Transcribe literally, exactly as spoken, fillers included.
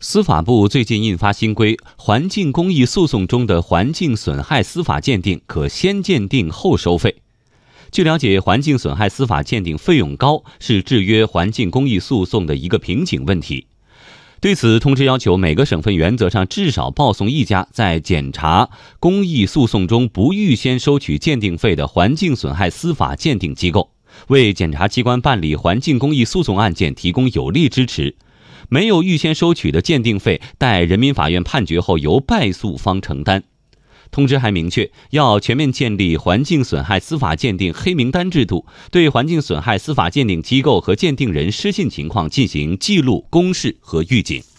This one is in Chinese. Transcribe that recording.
司法部最近印发新规，环境公益诉讼中的环境损害司法鉴定可先鉴定后收费。据了解，环境损害司法鉴定费用高是制约环境公益诉讼的一个瓶颈问题。对此，通知要求每个省份原则上至少报送一家在检察公益诉讼中不预先收取鉴定费的环境损害司法鉴定机构，为检察机关办理环境公益诉讼案件提供有力支持。没有预先收取的鉴定费，待人民法院判决后由败诉方承担。通知还明确，要全面建立环境损害司法鉴定黑名单制度，对环境损害司法鉴定机构和鉴定人失信情况进行记录、公示和预警。